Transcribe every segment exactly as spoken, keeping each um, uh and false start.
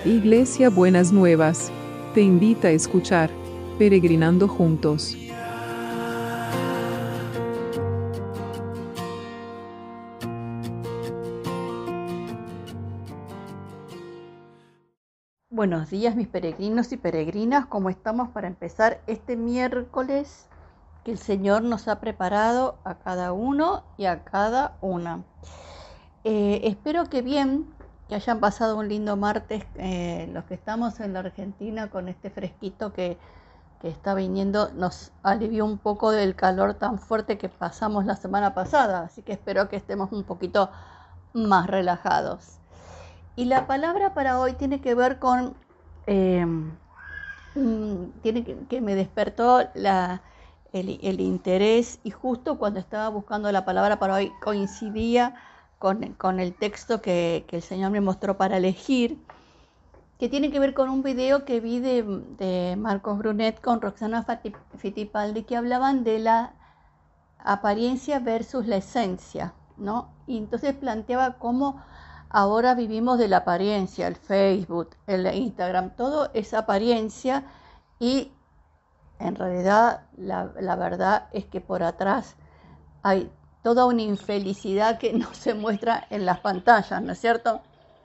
Iglesia Buenas Nuevas, te invita a escuchar Peregrinando Juntos. Buenos días, mis peregrinos y peregrinas, ¿cómo estamos para empezar este miércoles que el Señor nos ha preparado a cada uno y a cada una? Eh, espero que bien, que hayan pasado un lindo martes, eh, los que estamos en la Argentina con este fresquito que, que está viniendo, nos alivió un poco del calor tan fuerte que pasamos la semana pasada, así que espero que estemos un poquito más relajados. Y la palabra para hoy tiene que ver con, eh, tiene que, que me despertó la, el, el interés, y justo cuando estaba buscando la palabra para hoy coincidía con, con el texto que, que el Señor me mostró para elegir, que tiene que ver con un video que vi de, de Marcos Brunet con Roxana Fittipaldi, que hablaban de la apariencia versus la esencia, ¿no? Y entonces planteaba cómo ahora vivimos de la apariencia, el Facebook, el Instagram, todo es apariencia, y en realidad la, la verdad es que por atrás hay toda una infelicidad que no se muestra en las pantallas, ¿no es cierto?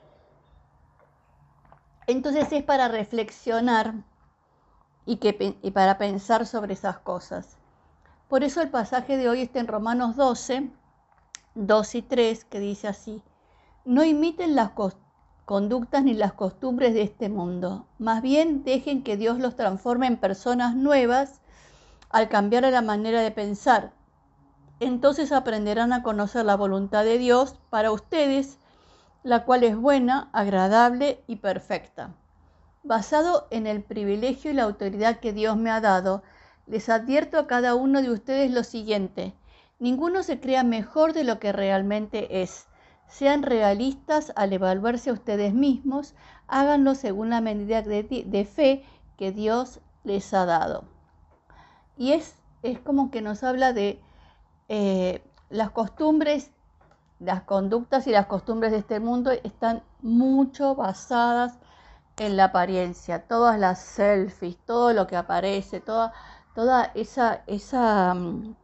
Entonces es para reflexionar y, que, y para pensar sobre esas cosas. Por eso el pasaje de hoy está en Romanos doce, dos y tres, que dice así: no imiten las conductas ni las costumbres de este mundo, más bien dejen que Dios los transforme en personas nuevas al cambiar la manera de pensar. Entonces aprenderán a conocer la voluntad de Dios para ustedes, la cual es buena, agradable y perfecta. Basado en el privilegio y la autoridad que Dios me ha dado, les advierto a cada uno de ustedes lo siguiente: ninguno se crea mejor de lo que realmente es. Sean realistas al evaluarse a ustedes mismos, háganlo según la medida de, de fe que Dios les ha dado. Y es, es como que nos habla de eh, las costumbres, las conductas y las costumbres de este mundo están mucho basadas en la apariencia. Todas las selfies, todo lo que aparece, toda, toda esa, esa um,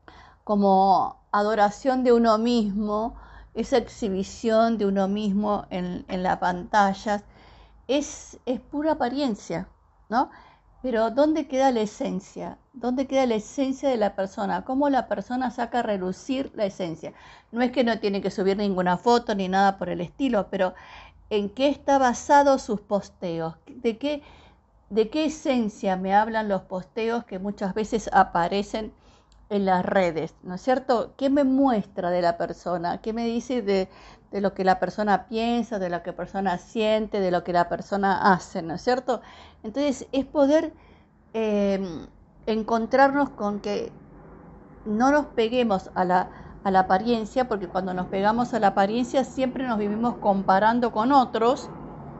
como adoración de uno mismo, esa exhibición de uno mismo en, en la pantalla, es, es pura apariencia, ¿no? Pero ¿dónde queda la esencia? ¿Dónde queda la esencia de la persona? ¿Cómo la persona saca a relucir la esencia? No es que no tiene que subir ninguna foto ni nada por el estilo, pero ¿en qué está basado sus posteos? ¿De qué, de qué esencia me hablan los posteos que muchas veces aparecen en las redes, ¿no es cierto? ¿Qué me muestra de la persona? ¿Qué me dice de, de lo que la persona piensa, de lo que la persona siente, de lo que la persona hace, ¿no es cierto? Entonces es poder eh, encontrarnos con que no nos peguemos a la, a la apariencia, porque cuando nos pegamos a la apariencia siempre nos vivimos comparando con otros,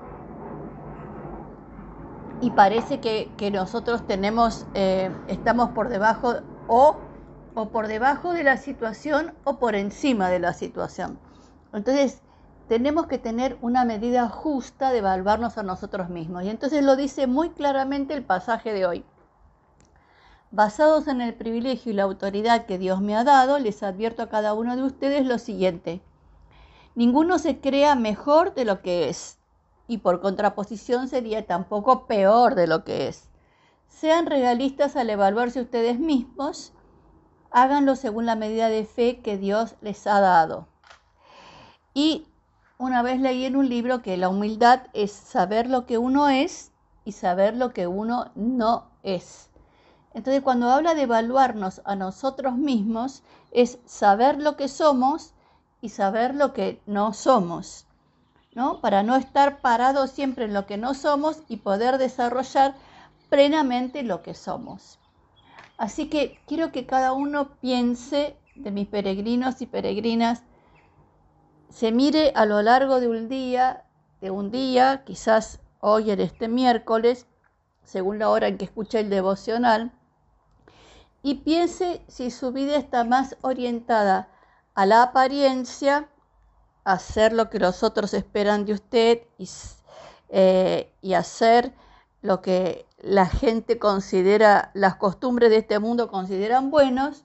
y parece que, que nosotros tenemos, eh, estamos por debajo o o por debajo de la situación o por encima de la situación. Entonces, tenemos que tener una medida justa de evaluarnos a nosotros mismos. Y entonces lo dice muy claramente el pasaje de hoy. Basados en el privilegio y la autoridad que Dios me ha dado, les advierto a cada uno de ustedes lo siguiente: ninguno se crea mejor de lo que es, y por contraposición sería tampoco peor de lo que es. Sean realistas al evaluarse ustedes mismos, háganlo según la medida de fe que Dios les ha dado. Y una vez leí en un libro que la humildad es saber lo que uno es y saber lo que uno no es. Entonces, cuando habla de evaluarnos a nosotros mismos, es saber lo que somos y saber lo que no somos, ¿no? Para no estar parados siempre en lo que no somos y poder desarrollar plenamente lo que somos. Así que quiero que cada uno piense, de mis peregrinos y peregrinas, se mire a lo largo de un día, de un día, quizás hoy en este miércoles, según la hora en que escuche el devocional, y piense si su vida está más orientada a la apariencia, a hacer lo que los otros esperan de usted y, eh, y hacer lo que la gente considera, las costumbres de este mundo consideran buenos,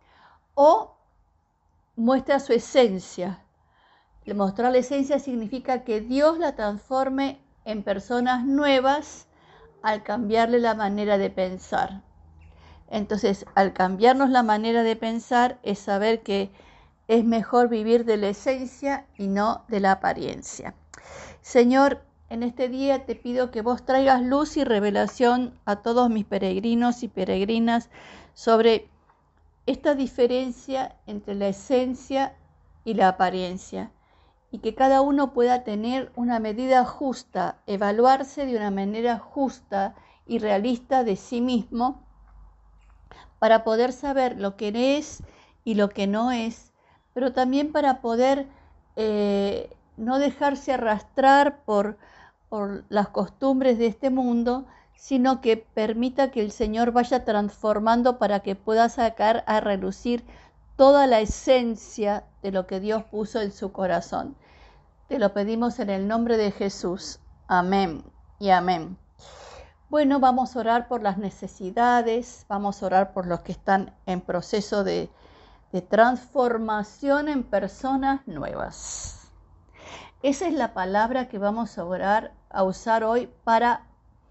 o muestra su esencia. Mostrar la esencia significa que Dios la transforme en personas nuevas al cambiarle la manera de pensar. Entonces, al cambiarnos la manera de pensar, es saber que es mejor vivir de la esencia y no de la apariencia. Señor, en este día te pido que vos traigas luz y revelación a todos mis peregrinos y peregrinas sobre esta diferencia entre la esencia y la apariencia, y que cada uno pueda tener una medida justa, evaluarse de una manera justa y realista de sí mismo, para poder saber lo que es y lo que no es, pero también para poder eh, no dejarse arrastrar por, por las costumbres de este mundo, sino que permita que el Señor vaya transformando para que pueda sacar a relucir toda la esencia de lo que Dios puso en su corazón. Te lo pedimos en el nombre de Jesús. Amén y amén. Bueno, vamos a orar por las necesidades, vamos a orar por los que están en proceso de, de transformación en personas nuevas. Esa es la palabra que vamos a orar, a usar hoy para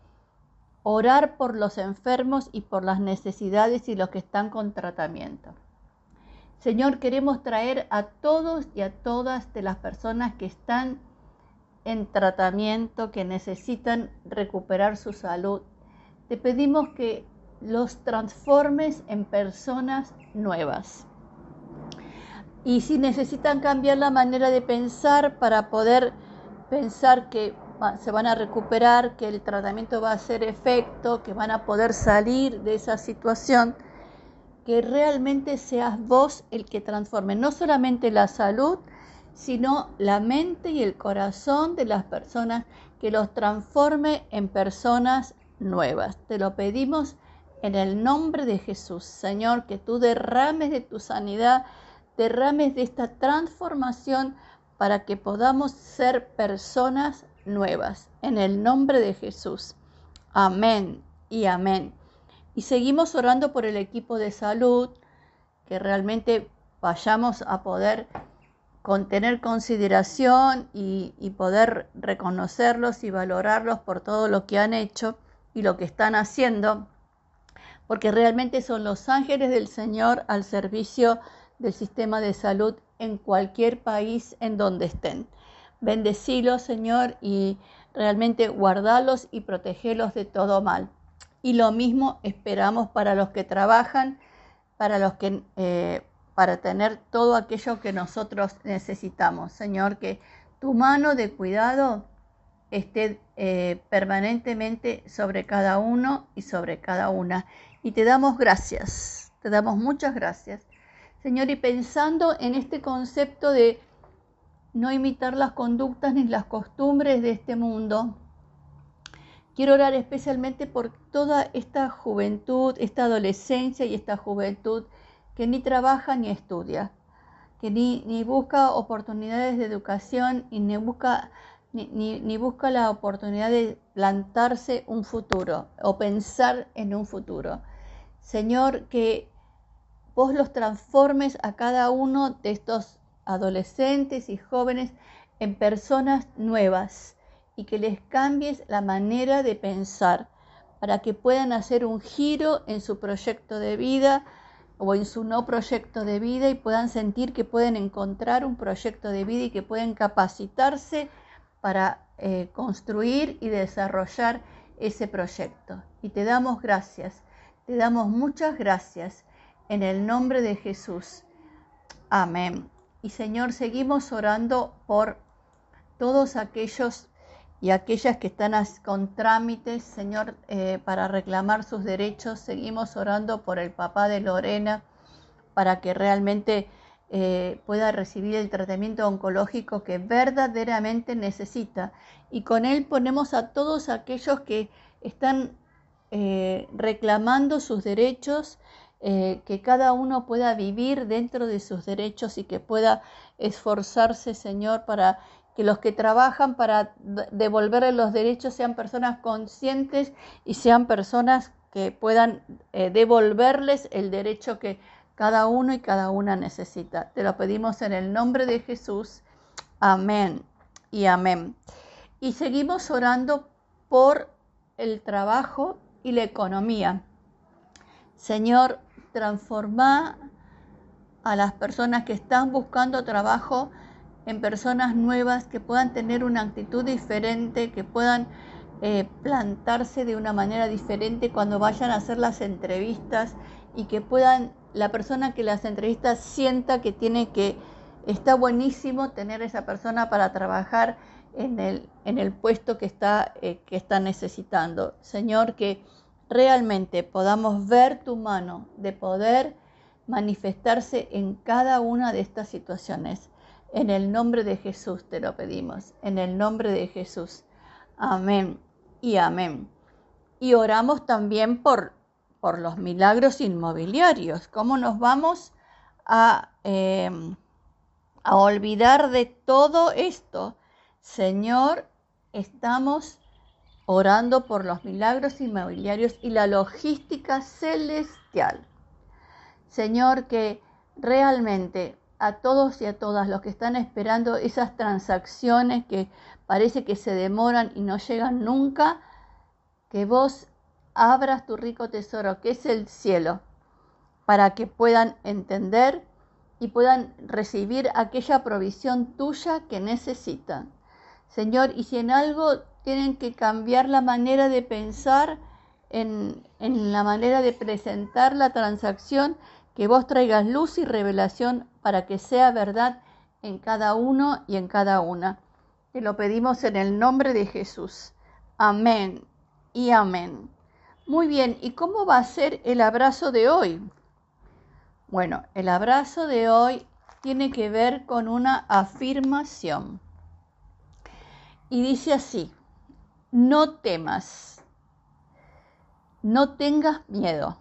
orar por los enfermos y por las necesidades y los que están con tratamiento. Señor, queremos traer a todos y a todas de las personas que están en tratamiento, que necesitan recuperar su salud. Te pedimos que los transformes en personas nuevas. Y si necesitan cambiar la manera de pensar para poder pensar que se van a recuperar, que el tratamiento va a hacer efecto, que van a poder salir de esa situación, que realmente seas vos el que transforme no solamente la salud, sino la mente y el corazón de las personas, que los transforme en personas nuevas. Te lo pedimos en el nombre de Jesús, Señor, que tú derrames de tu sanidad, derrames de esta transformación para que podamos ser personas nuevas. En el nombre de Jesús. Amén y amén. Y seguimos orando por el equipo de salud, que realmente vayamos a poder con tener consideración y, y poder reconocerlos y valorarlos por todo lo que han hecho y lo que están haciendo, porque realmente son los ángeles del Señor al servicio del sistema de salud en cualquier país en donde estén. Bendecilos, Señor, y realmente guardalos y protegerlos de todo mal. Y lo mismo esperamos para los que trabajan, para los que eh, para tener todo aquello que nosotros necesitamos. Señor, que tu mano de cuidado esté eh, permanentemente sobre cada uno y sobre cada una. Y te damos gracias, te damos muchas gracias. Señor, y pensando en este concepto de no imitar las conductas ni las costumbres de este mundo, quiero orar especialmente por toda esta juventud, esta adolescencia y esta juventud que ni trabaja ni estudia, que ni, ni busca oportunidades de educación y ni busca, ni, ni, ni busca la oportunidad de plantarse un futuro o pensar en un futuro. Señor, que vos los transformes a cada uno de estos adolescentes y jóvenes en personas nuevas y que les cambies la manera de pensar para que puedan hacer un giro en su proyecto de vida o en su no proyecto de vida y puedan sentir que pueden encontrar un proyecto de vida y que pueden capacitarse para eh, construir y desarrollar ese proyecto. Y te damos gracias, te damos muchas gracias en el nombre de Jesús. Amén. Y Señor, seguimos orando por todos aquellos y aquellas que están con trámites, Señor, eh, para reclamar sus derechos. Seguimos orando por el papá de Lorena para que realmente eh, pueda recibir el tratamiento oncológico que verdaderamente necesita. Y con él ponemos a todos aquellos que están eh, reclamando sus derechos, eh, que cada uno pueda vivir dentro de sus derechos y que pueda esforzarse, Señor, para que los que trabajan para devolverle los derechos sean personas conscientes y sean personas que puedan eh, devolverles el derecho que cada uno y cada una necesita. Te lo pedimos en el nombre de Jesús. Amén y amén. Y seguimos orando por el trabajo y la economía. Señor, transforma a las personas que están buscando trabajo en personas nuevas que puedan tener una actitud diferente, que puedan eh, plantarse de una manera diferente cuando vayan a hacer las entrevistas y que puedan, la persona que las entrevistas sienta que tiene que, está buenísimo tener esa persona para trabajar en el, en el puesto que está, eh, que está necesitando. Señor, que realmente podamos ver tu mano de poder manifestarse en cada una de estas situaciones. En el nombre de Jesús te lo pedimos, en el nombre de Jesús. Amén y amén. Y oramos también por, por los milagros inmobiliarios. ¿Cómo nos vamos a, eh, a olvidar de todo esto? Señor, estamos orando por los milagros inmobiliarios y la logística celestial. Señor, que realmente a todos y a todas los que están esperando esas transacciones que parece que se demoran y no llegan nunca, que vos abras tu rico tesoro, que es el cielo, para que puedan entender y puedan recibir aquella provisión tuya que necesitan. Señor, y si en algo tienen que cambiar la manera de pensar, en, en la manera de presentar la transacción, que vos traigas luz y revelación para que sea verdad en cada uno y en cada una. Te lo pedimos en el nombre de Jesús. Amén y amén. Muy bien, ¿y cómo va a ser el abrazo de hoy? Bueno, el abrazo de hoy tiene que ver con una afirmación. Y dice así: no temas, no tengas miedo,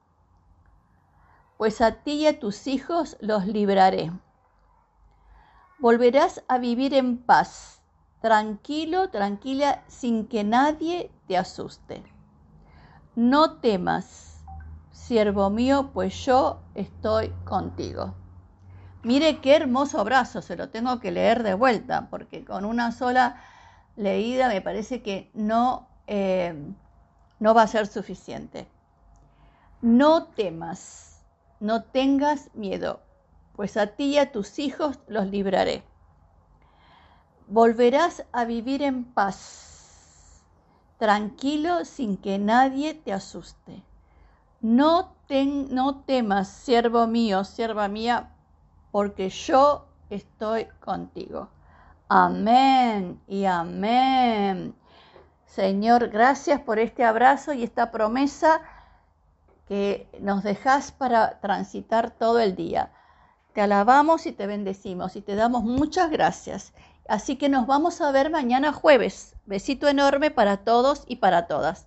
pues a ti y a tus hijos los libraré. Volverás a vivir en paz, tranquilo, tranquila, sin que nadie te asuste. No temas, siervo mío, pues yo estoy contigo. Mire qué hermoso abrazo, se lo tengo que leer de vuelta, porque con una sola leída me parece que no, eh, no va a ser suficiente. No temas. No tengas miedo, pues a ti y a tus hijos los libraré. Volverás a vivir en paz, tranquilo, sin que nadie te asuste. No, ten, no temas, siervo mío, sierva mía, porque yo estoy contigo. Amén y amén. Señor, gracias por este abrazo y esta promesa que nos dejas para transitar todo el día. Te alabamos y te bendecimos y te damos muchas gracias. Así que nos vamos a ver mañana jueves. Besito enorme para todos y para todas.